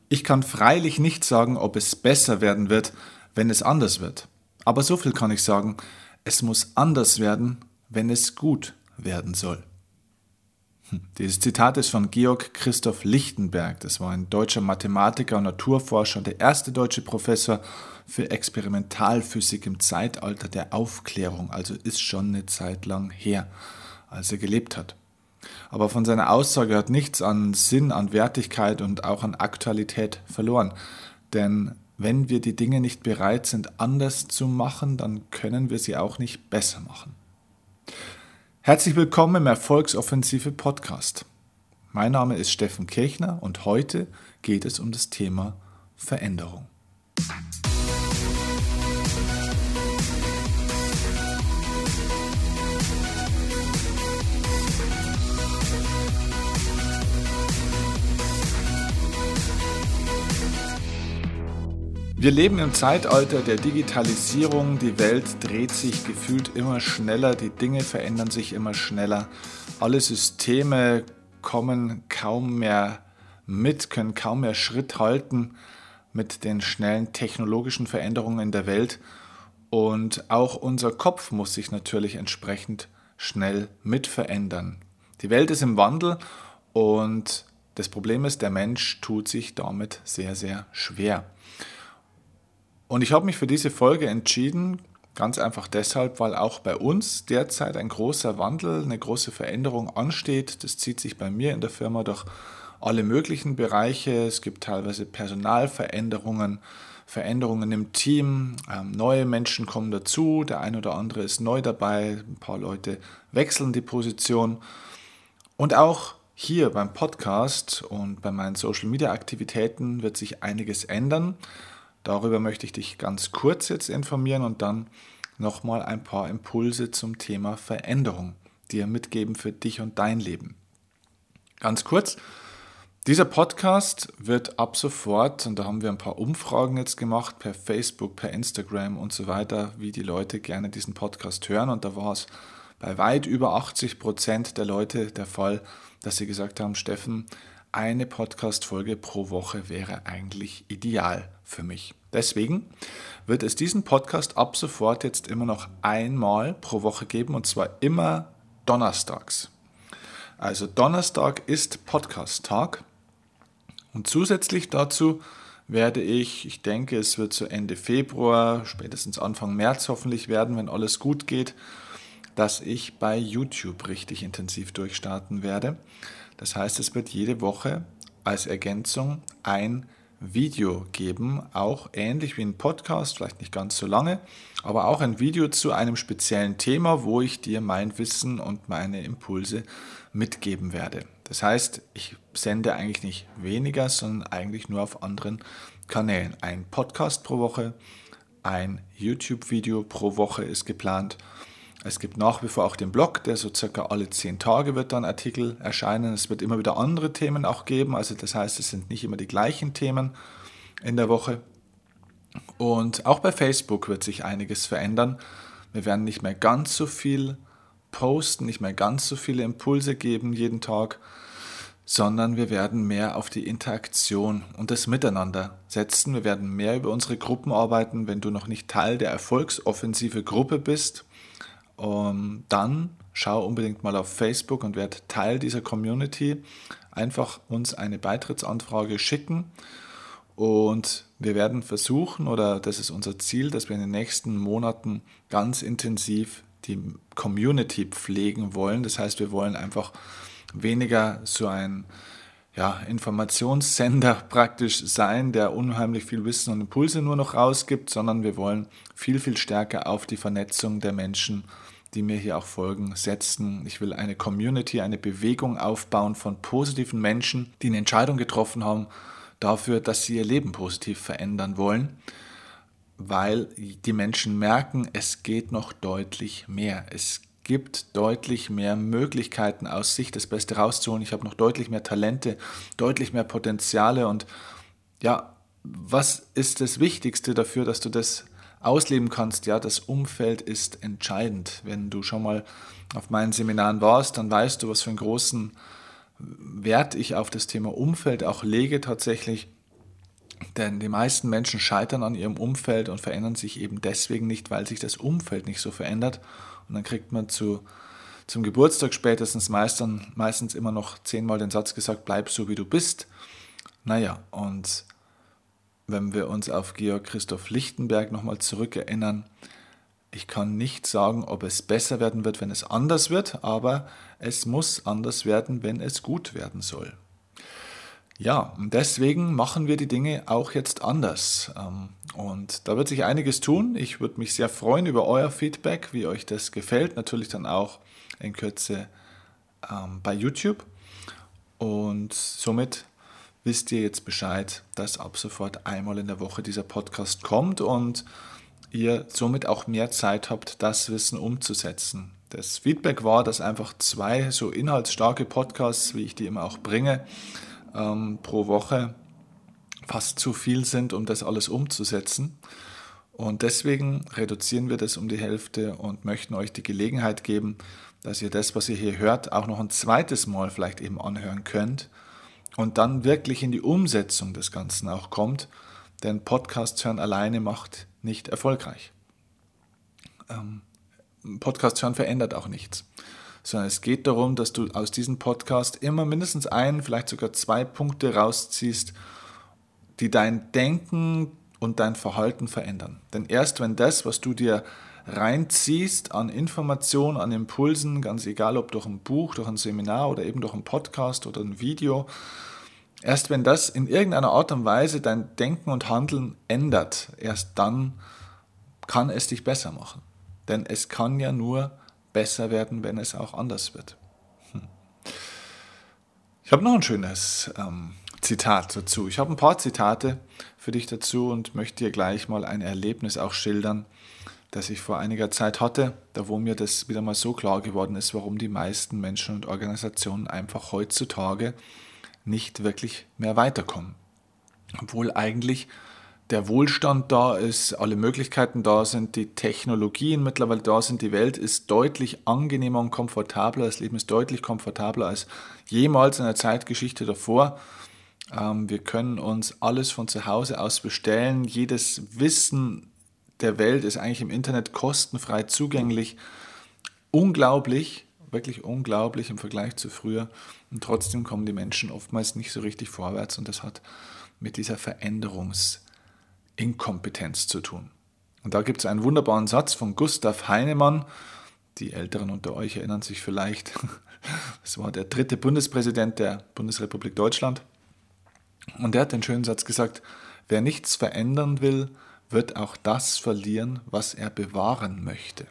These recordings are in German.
Ich kann freilich nicht sagen, ob es besser werden wird, wenn es anders wird. Aber so viel kann ich sagen, es muss anders werden, wenn es gut werden soll. Dieses Zitat ist von Georg Christoph Lichtenberg. Das war ein deutscher Mathematiker und Naturforscher und der erste deutsche Professor für Experimentalphysik im Zeitalter der Aufklärung, also ist schon eine Zeit lang her, als er gelebt hat. Aber von seiner Aussage hat nichts an Sinn, an Wertigkeit und auch an Aktualität verloren. Denn wenn wir die Dinge nicht bereit sind, anders zu machen, dann können wir sie auch nicht besser machen. Herzlich willkommen im Erfolgsoffensive Podcast. Mein Name ist Steffen Kirchner und heute geht es um das Thema Veränderung. Wir leben im Zeitalter der Digitalisierung, die Welt dreht sich gefühlt immer schneller, die Dinge verändern sich immer schneller, alle Systeme kommen kaum mehr mit, können kaum mehr Schritt halten mit den schnellen technologischen Veränderungen in der Welt und auch unser Kopf muss sich natürlich entsprechend schnell mit verändern. Die Welt ist im Wandel und das Problem ist, der Mensch tut sich damit sehr, sehr schwer. Und ich habe mich für diese Folge entschieden, ganz einfach deshalb, weil auch bei uns derzeit ein großer Wandel, eine große Veränderung ansteht. Das zieht sich bei mir in der Firma durch alle möglichen Bereiche. Es gibt teilweise Personalveränderungen, Veränderungen im Team, neue Menschen kommen dazu, der ein oder andere ist neu dabei, ein paar Leute wechseln die Position. Und auch hier beim Podcast und bei meinen Social-Media-Aktivitäten wird sich einiges ändern. Darüber möchte ich dich ganz kurz jetzt informieren und dann nochmal ein paar Impulse zum Thema Veränderung dir mitgeben für dich und dein Leben. Ganz kurz, dieser Podcast wird ab sofort, und da haben wir ein paar Umfragen jetzt gemacht, per Facebook, per Instagram und so weiter, wie die Leute gerne diesen Podcast hören. Und da war es bei weit über 80% der Leute der Fall, dass sie gesagt haben, Steffen, eine Podcast-Folge pro Woche wäre eigentlich ideal für mich. Deswegen wird es diesen Podcast ab sofort jetzt immer noch einmal pro Woche geben und zwar immer donnerstags. Also Donnerstag ist Podcast-Tag und zusätzlich dazu werde ich denke, es wird zu Ende Februar, spätestens Anfang März hoffentlich werden, wenn alles gut geht, dass ich bei YouTube richtig intensiv durchstarten werde. Das heißt, es wird jede Woche als Ergänzung ein Video geben, auch ähnlich wie ein Podcast, vielleicht nicht ganz so lange, aber auch ein Video zu einem speziellen Thema, wo ich dir mein Wissen und meine Impulse mitgeben werde. Das heißt, ich sende eigentlich nicht weniger, sondern eigentlich nur auf anderen Kanälen. Ein Podcast pro Woche, ein YouTube-Video pro Woche ist geplant. Es gibt nach wie vor auch den Blog, der so circa alle 10 Tage wird dann Artikel erscheinen. Es wird immer wieder andere Themen auch geben, also das heißt, es sind nicht immer die gleichen Themen in der Woche. Und auch bei Facebook wird sich einiges verändern. Wir werden nicht mehr ganz so viel posten, nicht mehr ganz so viele Impulse geben jeden Tag, sondern wir werden mehr auf die Interaktion und das Miteinander setzen. Wir werden mehr über unsere Gruppen arbeiten. Wenn du noch nicht Teil der Erfolgsoffensive Gruppe bist, dann schau unbedingt mal auf Facebook und werde Teil dieser Community. Einfach uns eine Beitrittsanfrage schicken und wir werden versuchen, oder das ist unser Ziel, dass wir in den nächsten Monaten ganz intensiv die Community pflegen wollen. Das heißt, wir wollen einfach weniger so ein Informationssender praktisch sein, der unheimlich viel Wissen und Impulse nur noch rausgibt, sondern wir wollen viel, viel stärker auf die Vernetzung der Menschen, die mir hier auch folgen, setzen. Ich will eine Community, eine Bewegung aufbauen von positiven Menschen, die eine Entscheidung getroffen haben dafür, dass sie ihr Leben positiv verändern wollen, weil die Menschen merken, es geht noch deutlich mehr. Es gibt deutlich mehr Möglichkeiten aus sich, das Beste rauszuholen. Ich habe noch deutlich mehr Talente, deutlich mehr Potenziale und ja, was ist das Wichtigste dafür, dass du das ausleben kannst? Ja, das Umfeld ist entscheidend. Wenn du schon mal auf meinen Seminaren warst, dann weißt du, was für einen großen Wert ich auf das Thema Umfeld auch lege tatsächlich. Denn die meisten Menschen scheitern an ihrem Umfeld und verändern sich eben deswegen nicht, weil sich das Umfeld nicht so verändert. Und dann kriegt man zum Geburtstag spätestens meistens immer noch 10-mal den Satz gesagt, bleib so wie du bist. Naja, und wenn wir uns auf Georg Christoph Lichtenberg nochmal zurückerinnern, ich kann nicht sagen, ob es besser werden wird, wenn es anders wird, aber es muss anders werden, wenn es gut werden soll. Ja, und deswegen machen wir die Dinge auch jetzt anders. Und da wird sich einiges tun. Ich würde mich sehr freuen über euer Feedback, wie euch das gefällt. Natürlich dann auch in Kürze bei YouTube. Und somit wisst ihr jetzt Bescheid, dass ab sofort einmal in der Woche dieser Podcast kommt und ihr somit auch mehr Zeit habt, das Wissen umzusetzen. Das Feedback war, dass einfach 2 so inhaltsstarke Podcasts, wie ich die immer auch bringe, pro Woche fast zu viel sind, um das alles umzusetzen. Und deswegen reduzieren wir das um die Hälfte und möchten euch die Gelegenheit geben, dass ihr das, was ihr hier hört, auch noch ein zweites Mal vielleicht eben anhören könnt und dann wirklich in die Umsetzung des Ganzen auch kommt, denn Podcast hören alleine macht nicht erfolgreich. Podcast hören verändert auch nichts, sondern es geht darum, dass du aus diesem Podcast immer mindestens 1, vielleicht sogar 2 Punkte rausziehst, die dein Denken und dein Verhalten verändern. Denn erst wenn das, was du dir reinziehst an Informationen, an Impulsen, ganz egal ob durch ein Buch, durch ein Seminar oder eben durch einen Podcast oder ein Video, erst wenn das in irgendeiner Art und Weise dein Denken und Handeln ändert, erst dann kann es dich besser machen. Denn es kann ja nur besser werden, wenn es auch anders wird. Ich habe noch ein schönes Zitat dazu. Ich habe ein paar Zitate für dich dazu und möchte dir gleich mal ein Erlebnis auch schildern, das ich vor einiger Zeit hatte, da wo mir das wieder mal so klar geworden ist, warum die meisten Menschen und Organisationen einfach heutzutage nicht wirklich mehr weiterkommen. Obwohl eigentlich der Wohlstand da ist, alle Möglichkeiten da sind, die Technologien mittlerweile da sind, die Welt ist deutlich angenehmer und komfortabler, das Leben ist deutlich komfortabler als jemals in der Zeitgeschichte davor. Wir können uns alles von zu Hause aus bestellen, jedes Wissen der Welt ist eigentlich im Internet kostenfrei zugänglich. Unglaublich, wirklich unglaublich im Vergleich zu früher. Und trotzdem kommen die Menschen oftmals nicht so richtig vorwärts und das hat mit dieser Veränderungsinkompetenz zu tun. Und da gibt es einen wunderbaren Satz von Gustav Heinemann. Die Älteren unter euch erinnern sich vielleicht, das war der 3. Bundespräsident der Bundesrepublik Deutschland. Und der hat den schönen Satz gesagt, wer nichts verändern will, wird auch das verlieren, was er bewahren möchte.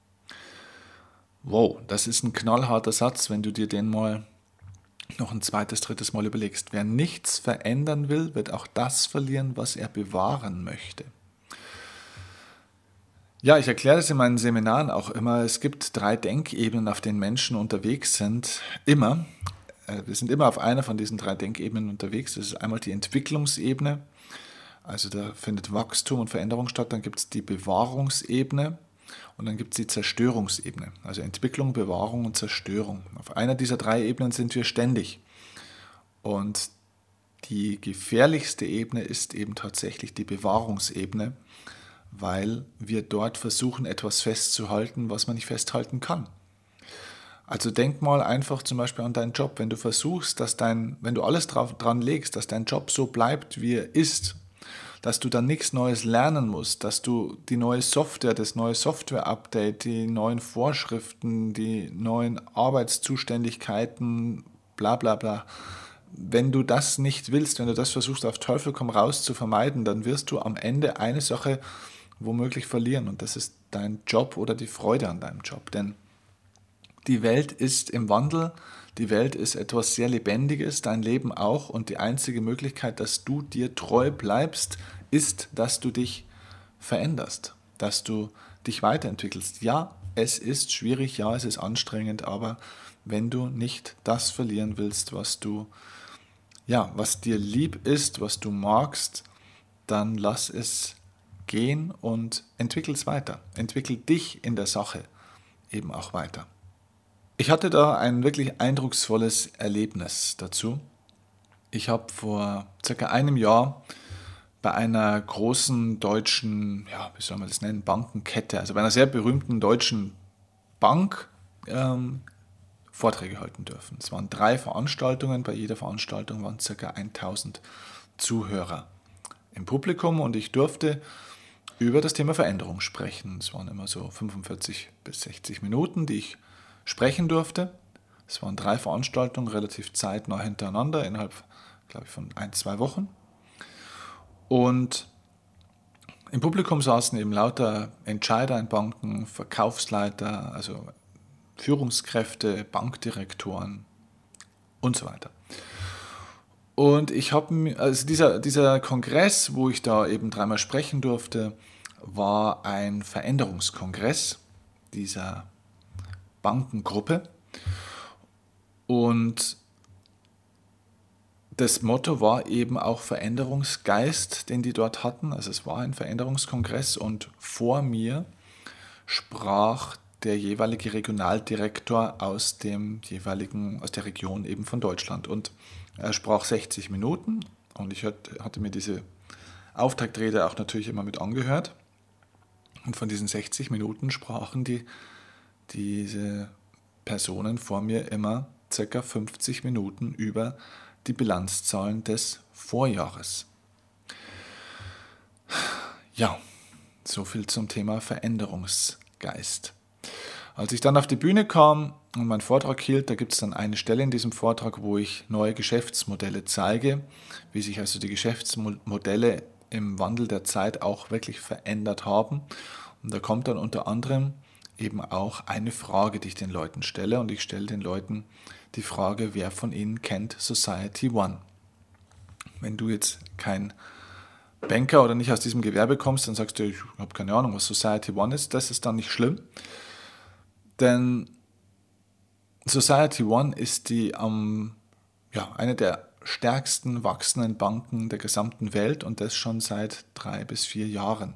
Wow, das ist ein knallharter Satz, wenn du dir den mal noch ein 2., 3. Mal überlegst. Wer nichts verändern will, wird auch das verlieren, was er bewahren möchte. Ja, ich erkläre das in meinen Seminaren auch immer. Es gibt 3 Denkebenen, auf denen Menschen unterwegs sind. Immer. Wir sind immer auf einer von diesen 3 Denkebenen unterwegs. Das ist einmal die Entwicklungsebene. Also da findet Wachstum und Veränderung statt. Dann gibt es die Bewahrungsebene und dann gibt es die Zerstörungsebene. Also Entwicklung, Bewahrung und Zerstörung. Auf einer dieser 3 Ebenen sind wir ständig. Und die gefährlichste Ebene ist eben tatsächlich die Bewahrungsebene, weil wir dort versuchen, etwas festzuhalten, was man nicht festhalten kann. Also denk mal einfach zum Beispiel an deinen Job. Wenn du versuchst, wenn du alles dran legst, dass dein Job so bleibt, wie er ist, dass du dann nichts Neues lernen musst, dass du die neue Software, das neue Software-Update, die neuen Vorschriften, die neuen Arbeitszuständigkeiten, bla bla bla, wenn du das nicht willst, wenn du das versuchst auf Teufel komm raus zu vermeiden, dann wirst du am Ende eine Sache womöglich verlieren und das ist dein Job oder die Freude an deinem Job, denn die Welt ist im Wandel, die Welt ist etwas sehr Lebendiges, dein Leben auch und die einzige Möglichkeit, dass du dir treu bleibst, ist, dass du dich veränderst, dass du dich weiterentwickelst. Ja, es ist schwierig, ja, es ist anstrengend, aber wenn du nicht das verlieren willst, was dir lieb ist, was du magst, dann lass es gehen und entwickel es weiter. Entwickel dich in der Sache eben auch weiter. Ich hatte da ein wirklich eindrucksvolles Erlebnis dazu. Ich habe vor circa einem Jahr bei einer großen deutschen, ja, wie soll man das nennen, Bankenkette, also bei einer sehr berühmten deutschen Bank Vorträge halten dürfen. Es waren 3 Veranstaltungen, bei jeder Veranstaltung waren ca. 1000 Zuhörer im Publikum und ich durfte über das Thema Veränderung sprechen. Es waren immer so 45 bis 60 Minuten, die ich sprechen durfte. Es waren 3 Veranstaltungen, relativ zeitnah hintereinander, innerhalb, glaube ich, von 1-2 Wochen. Und im Publikum saßen eben lauter Entscheider in Banken, Verkaufsleiter, also Führungskräfte, Bankdirektoren und so weiter. Und ich habe, also dieser Kongress, wo ich da eben 3-mal sprechen durfte, war ein Veränderungskongress dieser Bankengruppe. Und das Motto war eben auch Veränderungsgeist, den die dort hatten. Also es war ein Veränderungskongress und vor mir sprach der jeweilige Regionaldirektor aus der Region eben von Deutschland. Und er sprach 60 Minuten und ich hatte mir diese Auftaktrede auch natürlich immer mit angehört. Und von diesen 60 Minuten sprachen diese Personen vor mir immer ca. 50 Minuten über die Bilanzzahlen des Vorjahres. Ja, so viel zum Thema Veränderungsgeist. Als ich dann auf die Bühne kam und meinen Vortrag hielt, da gibt es dann eine Stelle in diesem Vortrag, wo ich neue Geschäftsmodelle zeige, wie sich also die Geschäftsmodelle im Wandel der Zeit auch wirklich verändert haben. Und da kommt dann unter anderem eben auch eine Frage, die ich den Leuten stelle. Und ich stelle den Leuten die Frage, wer von ihnen kennt Society One? Wenn du jetzt kein Banker oder nicht aus diesem Gewerbe kommst, dann sagst du, ich habe keine Ahnung, was Society One ist. Das ist dann nicht schlimm. Denn Society One ist eine der stärksten wachsenden Banken der gesamten Welt und das schon seit 3 bis 4 Jahren.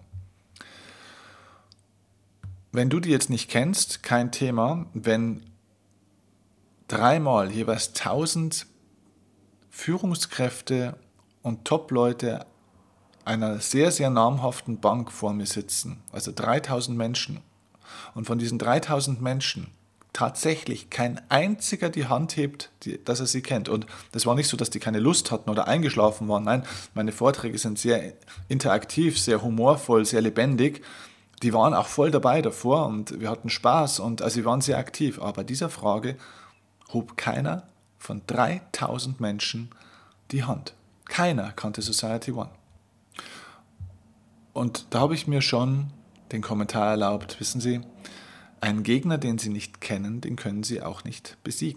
Wenn du die jetzt nicht kennst, kein Thema. Wenn 3-mal jeweils 1000 Führungskräfte und Top-Leute einer sehr, sehr namhaften Bank vor mir sitzen, also 3000 Menschen, und von diesen 3000 Menschen tatsächlich kein einziger die Hand hebt, dass er sie kennt. Und das war nicht so, dass die keine Lust hatten oder eingeschlafen waren. Nein, meine Vorträge sind sehr interaktiv, sehr humorvoll, sehr lebendig. Die waren auch voll dabei davor und wir hatten Spaß und also sie waren sehr aktiv. Aber bei dieser Frage hob keiner von 3000 Menschen die Hand. Keiner kannte Society One. Und da habe ich mir schon den Kommentar erlaubt, wissen Sie, einen Gegner, den Sie nicht kennen, den können Sie auch nicht besiegen.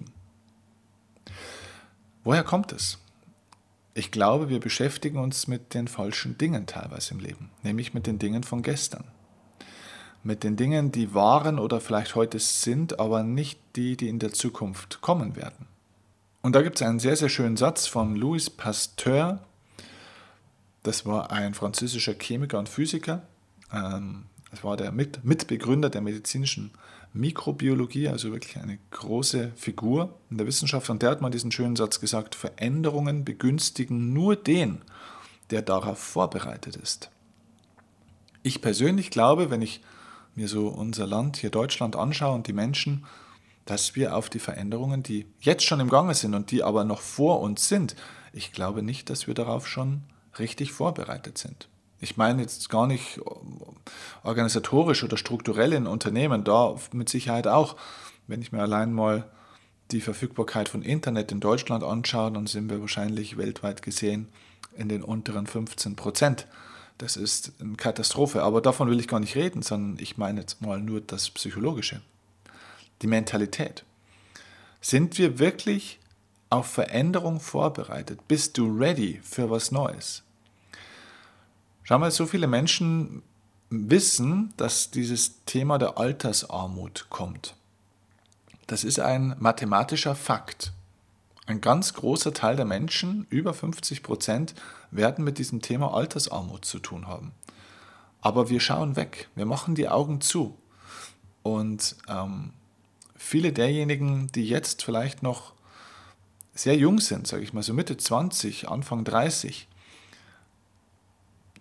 Woher kommt es? Ich glaube, wir beschäftigen uns mit den falschen Dingen teilweise im Leben, nämlich mit den Dingen von gestern. Mit den Dingen, die waren oder vielleicht heute sind, aber nicht die in der Zukunft kommen werden. Und da gibt es einen sehr, sehr schönen Satz von Louis Pasteur. Das war ein französischer Chemiker und Physiker. Es war der Mitbegründer der medizinischen Mikrobiologie, also wirklich eine große Figur in der Wissenschaft. Und der hat mal diesen schönen Satz gesagt: Veränderungen begünstigen nur den, der darauf vorbereitet ist. Ich persönlich glaube, wenn ich mir so unser Land, hier Deutschland, anschaue und die Menschen, dass wir auf die Veränderungen, die jetzt schon im Gange sind und die aber noch vor uns sind, ich glaube nicht, dass wir darauf schon richtig vorbereitet sind. Ich meine jetzt gar nicht organisatorisch oder strukturell in Unternehmen, da mit Sicherheit auch. Wenn ich mir allein mal die Verfügbarkeit von Internet in Deutschland anschaue, dann sind wir wahrscheinlich weltweit gesehen in den unteren 15%. Das ist eine Katastrophe, aber davon will ich gar nicht reden, sondern ich meine jetzt mal nur das Psychologische, die Mentalität. Sind wir wirklich auf Veränderung vorbereitet? Bist du ready für was Neues? Schau mal, so viele Menschen wissen, dass dieses Thema der Altersarmut kommt. Das ist ein mathematischer Fakt. Ein ganz großer Teil der Menschen, über 50%, werden mit diesem Thema Altersarmut zu tun haben. Aber wir schauen weg, wir machen die Augen zu. Und viele derjenigen, die jetzt vielleicht noch sehr jung sind, sage ich mal so Mitte 20, Anfang 30,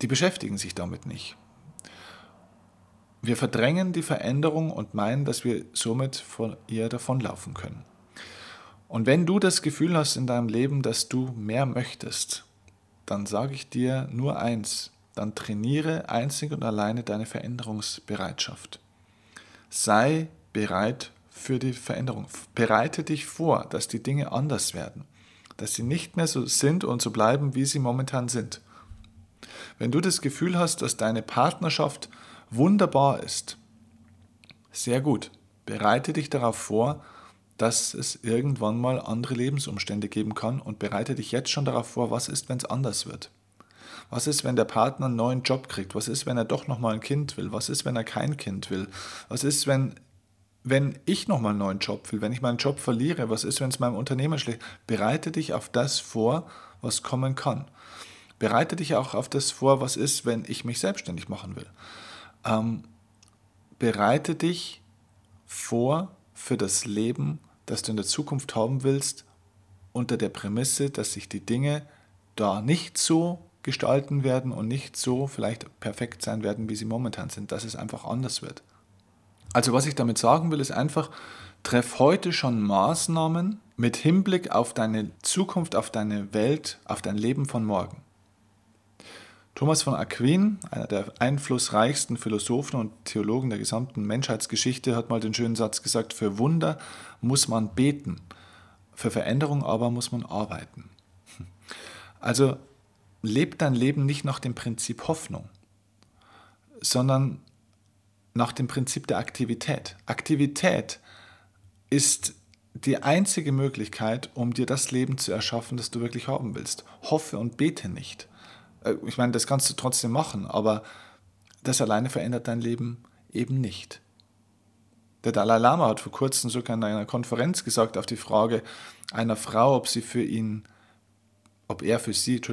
die beschäftigen sich damit nicht. Wir verdrängen die Veränderung und meinen, dass wir somit von ihr davonlaufen können. Und wenn du das Gefühl hast in deinem Leben, dass du mehr möchtest, dann sage ich dir nur eins, dann trainiere einzig und alleine deine Veränderungsbereitschaft. Sei bereit für die Veränderung. Bereite dich vor, dass die Dinge anders werden, dass sie nicht mehr so sind und so bleiben, wie sie momentan sind. Wenn du das Gefühl hast, dass deine Partnerschaft wunderbar ist, sehr gut, bereite dich darauf vor, dass es irgendwann mal andere Lebensumstände geben kann und bereite dich jetzt schon darauf vor, was ist, wenn es anders wird. Was ist, wenn der Partner einen neuen Job kriegt? Was ist, wenn er doch nochmal ein Kind will? Was ist, wenn er kein Kind will? Was ist, wenn ich nochmal einen neuen Job will? Wenn ich meinen Job verliere? Was ist, wenn es meinem Unternehmer schlecht? Bereite dich auf das vor, was kommen kann. Bereite dich auch auf das vor, was ist, wenn ich mich selbstständig machen will. Bereite dich vor für das Leben, das du in der Zukunft haben willst, unter der Prämisse, dass sich die Dinge da nicht so gestalten werden und nicht so vielleicht perfekt sein werden, wie sie momentan sind, dass es einfach anders wird. Also was ich damit sagen will, ist einfach, treff heute schon Maßnahmen mit Hinblick auf deine Zukunft, auf deine Welt, auf dein Leben von morgen. Thomas von Aquin, einer der einflussreichsten Philosophen und Theologen der gesamten Menschheitsgeschichte, hat mal den schönen Satz gesagt, für Wunder muss man beten, für Veränderung aber muss man arbeiten. Also leb dein Leben nicht nach dem Prinzip Hoffnung, sondern nach dem Prinzip der Aktivität. Aktivität ist die einzige Möglichkeit, um dir das Leben zu erschaffen, das du wirklich haben willst. Hoffe und bete nicht. Ich meine, das kannst du trotzdem machen, aber das alleine verändert dein Leben eben nicht. Der Dalai Lama hat vor kurzem sogar in einer Konferenz gesagt, auf die Frage einer Frau, ob er für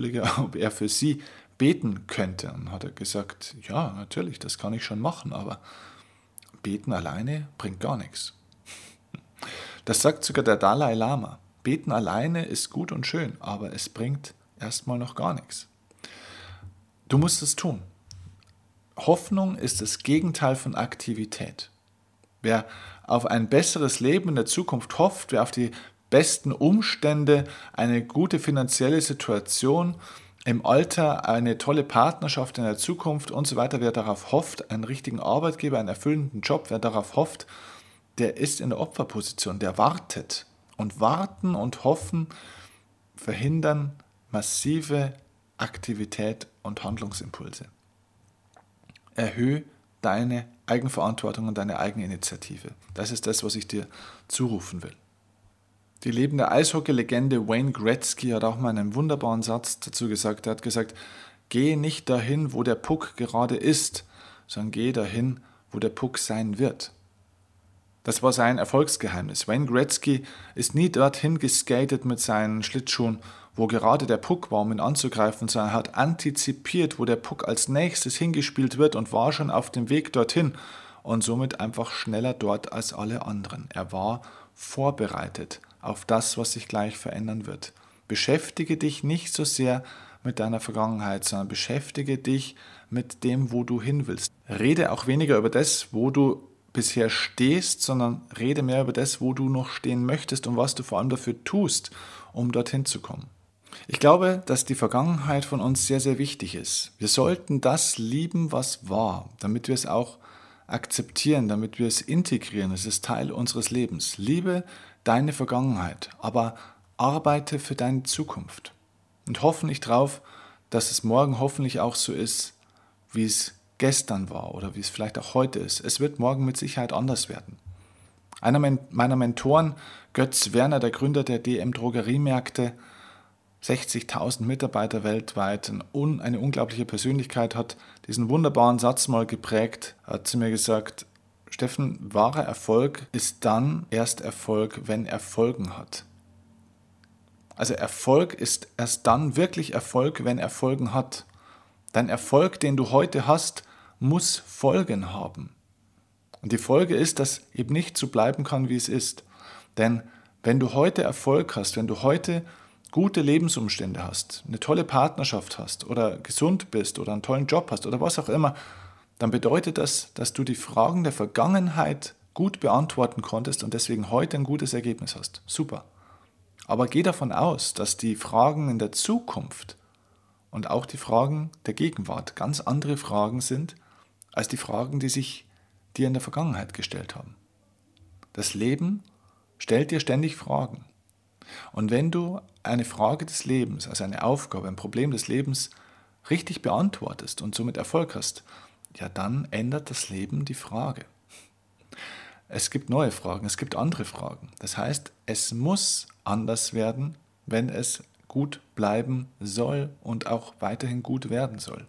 sie beten könnte. Und hat er gesagt, ja, natürlich, das kann ich schon machen, aber beten alleine bringt gar nichts. Das sagt sogar der Dalai Lama. Beten alleine ist gut und schön, aber es bringt erstmal noch gar nichts. Du musst es tun. Hoffnung ist das Gegenteil von Aktivität. Wer auf ein besseres Leben in der Zukunft hofft, wer auf die besten Umstände, eine gute finanzielle Situation im Alter, eine tolle Partnerschaft in der Zukunft und so weiter, wer darauf hofft, einen richtigen Arbeitgeber, einen erfüllenden Job, wer darauf hofft, der ist in der Opferposition, der wartet. Und warten und hoffen verhindern massive Aktivität und Handlungsimpulse. Erhöhe deine Eigenverantwortung und deine Eigeninitiative. Das ist das, was ich dir zurufen will. Die lebende Eishockey-Legende Wayne Gretzky hat auch mal einen wunderbaren Satz dazu gesagt. Er hat gesagt, geh nicht dahin, wo der Puck gerade ist, sondern geh dahin, wo der Puck sein wird. Das war sein Erfolgsgeheimnis. Wayne Gretzky ist nie dorthin geskatet mit seinen Schlittschuhen, wo gerade der Puck war, um ihn anzugreifen, sondern er hat antizipiert, wo der Puck als nächstes hingespielt wird und war schon auf dem Weg dorthin und somit einfach schneller dort als alle anderen. Er war vorbereitet auf das, was sich gleich verändern wird. Beschäftige dich nicht so sehr mit deiner Vergangenheit, sondern beschäftige dich mit dem, wo du hin willst. Rede auch weniger über das, wo du bisher stehst, sondern rede mehr über das, wo du noch stehen möchtest und was du vor allem dafür tust, um dorthin zu kommen. Ich glaube, dass die Vergangenheit von uns sehr, sehr wichtig ist. Wir sollten das lieben, was war, damit wir es auch akzeptieren, damit wir es integrieren. Es ist Teil unseres Lebens. Liebe deine Vergangenheit, aber arbeite für deine Zukunft. Und hoffe nicht drauf, dass es morgen hoffentlich auch so ist, wie es gestern war oder wie es vielleicht auch heute ist. Es wird morgen mit Sicherheit anders werden. Einer meiner Mentoren, Götz Werner, der Gründer der DM Drogeriemärkte, 60.000 Mitarbeiter weltweit, eine unglaubliche Persönlichkeit, hat diesen wunderbaren Satz mal geprägt, hat zu mir gesagt, Steffen, wahrer Erfolg ist dann erst Erfolg, wenn er Folgen hat. Also Erfolg ist erst dann wirklich Erfolg, wenn er Folgen hat. Dein Erfolg, den du heute hast, muss Folgen haben. Und die Folge ist, dass eben nicht so bleiben kann, wie es ist. Denn wenn du heute Erfolg hast, wenn du heute gute Lebensumstände hast, eine tolle Partnerschaft hast oder gesund bist oder einen tollen Job hast oder was auch immer, dann bedeutet das, dass du die Fragen der Vergangenheit gut beantworten konntest und deswegen heute ein gutes Ergebnis hast. Super. Aber geh davon aus, dass die Fragen in der Zukunft und auch die Fragen der Gegenwart ganz andere Fragen sind, als die Fragen, die sich dir in der Vergangenheit gestellt haben. Das Leben stellt dir ständig Fragen. Und wenn du eine Frage des Lebens, also eine Aufgabe, ein Problem des Lebens richtig beantwortest und somit Erfolg hast, ja, dann ändert das Leben die Frage. Es gibt neue Fragen, es gibt andere Fragen. Das heißt, es muss anders werden, wenn es gut bleiben soll und auch weiterhin gut werden soll.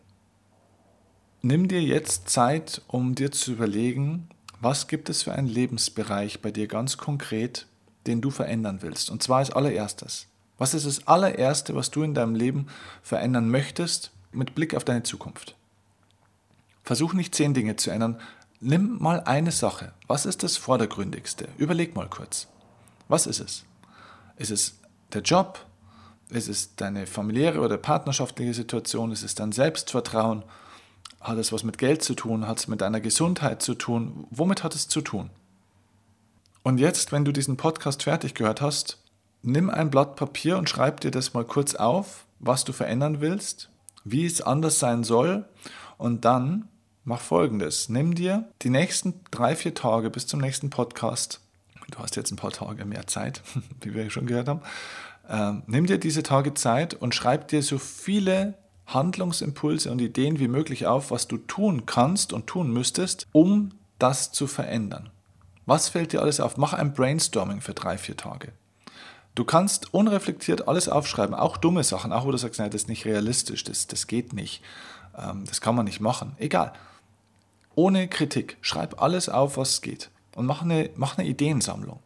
Nimm dir jetzt Zeit, um dir zu überlegen, was gibt es für einen Lebensbereich bei dir ganz konkret, den du verändern willst. Und zwar als allererstes. Was ist das allererste, was du in deinem Leben verändern möchtest, mit Blick auf deine Zukunft? Versuch nicht 10 Dinge zu ändern. Nimm mal eine Sache. Was ist das Vordergründigste? Überleg mal kurz. Was ist es? Ist es der Job? Ist es deine familiäre oder partnerschaftliche Situation? Ist es dein Selbstvertrauen? Hat es was mit Geld zu tun? Hat es mit deiner Gesundheit zu tun? Womit hat es zu tun? Und jetzt, wenn du diesen Podcast fertig gehört hast, nimm ein Blatt Papier und schreib dir das mal kurz auf, was du verändern willst, wie es anders sein soll, und dann mach Folgendes. Nimm dir die nächsten 3-4 Tage bis zum nächsten Podcast, du hast jetzt ein paar Tage mehr Zeit, wie wir schon gehört haben, nimm dir diese Tage Zeit und schreib dir so viele Handlungsimpulse und Ideen wie möglich auf, was du tun kannst und tun müsstest, um das zu verändern. Was fällt dir alles auf? Mach ein Brainstorming für 3-4 Tage. Du kannst unreflektiert alles aufschreiben, auch dumme Sachen, auch wo du sagst, nein, das ist nicht realistisch, das geht nicht, das kann man nicht machen. Egal. Ohne Kritik. Schreib alles auf, was geht. Und mach eine Ideensammlung.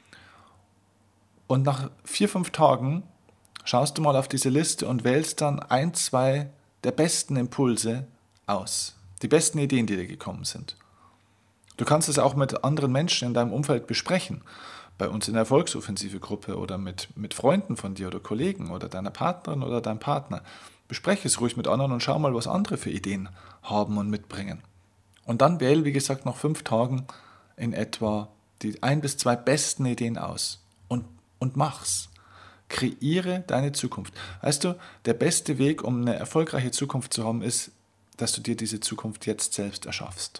Und nach 4-5 Tagen schaust du mal auf diese Liste und wählst dann 1-2 der besten Impulse aus. Die besten Ideen, die dir gekommen sind. Du kannst es auch mit anderen Menschen in deinem Umfeld besprechen. Bei uns in der Erfolgsoffensive-Gruppe oder mit Freunden von dir oder Kollegen oder deiner Partnerin oder deinem Partner. Bespreche es ruhig mit anderen und schau mal, was andere für Ideen haben und mitbringen. Und dann wähl, wie gesagt, nach 5 Tagen in etwa die 1 bis 2 besten Ideen aus. Und mach's. Kreiere deine Zukunft. Weißt du, der beste Weg, um eine erfolgreiche Zukunft zu haben, ist, dass du dir diese Zukunft jetzt selbst erschaffst.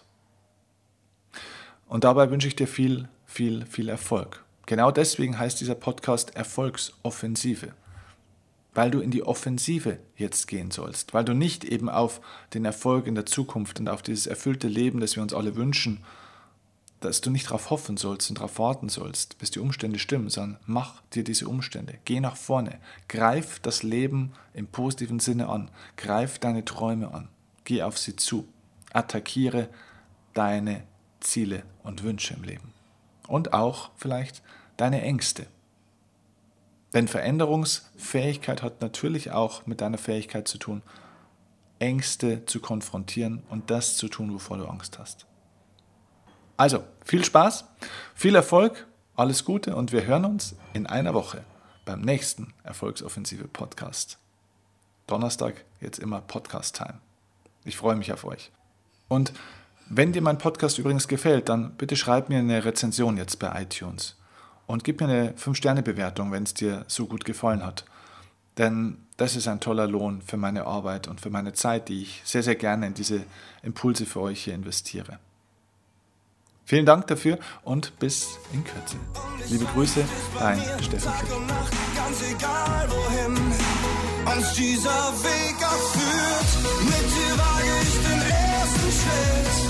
Und dabei wünsche ich dir viel, viel, viel Erfolg. Genau deswegen heißt dieser Podcast Erfolgsoffensive. Weil du in die Offensive jetzt gehen sollst. Weil du nicht eben auf den Erfolg in der Zukunft und auf dieses erfüllte Leben, das wir uns alle wünschen, dass du nicht darauf hoffen sollst und darauf warten sollst, bis die Umstände stimmen, sondern mach dir diese Umstände. Geh nach vorne. Greif das Leben im positiven Sinne an. Greif deine Träume an. Geh auf sie zu. Attackiere deine Ziele und Wünsche im Leben. Und auch vielleicht deine Ängste. Denn Veränderungsfähigkeit hat natürlich auch mit deiner Fähigkeit zu tun, Ängste zu konfrontieren und das zu tun, wovor du Angst hast. Also, viel Spaß, viel Erfolg, alles Gute und wir hören uns in einer Woche beim nächsten Erfolgsoffensive Podcast. Donnerstag, jetzt immer Podcast-Time. Ich freue mich auf euch. Und wenn dir mein Podcast übrigens gefällt, dann bitte schreib mir eine Rezension jetzt bei iTunes und gib mir eine 5-Sterne-Bewertung, wenn es dir so gut gefallen hat. Denn das ist ein toller Lohn für meine Arbeit und für meine Zeit, die ich sehr, sehr gerne in diese Impulse für euch hier investiere. Vielen Dank dafür und bis in Kürze. Liebe Grüße, dein Steffen Klick. Ganz egal wohin uns dieser Weg auch führt, mit dir wage ich den ersten Schritt.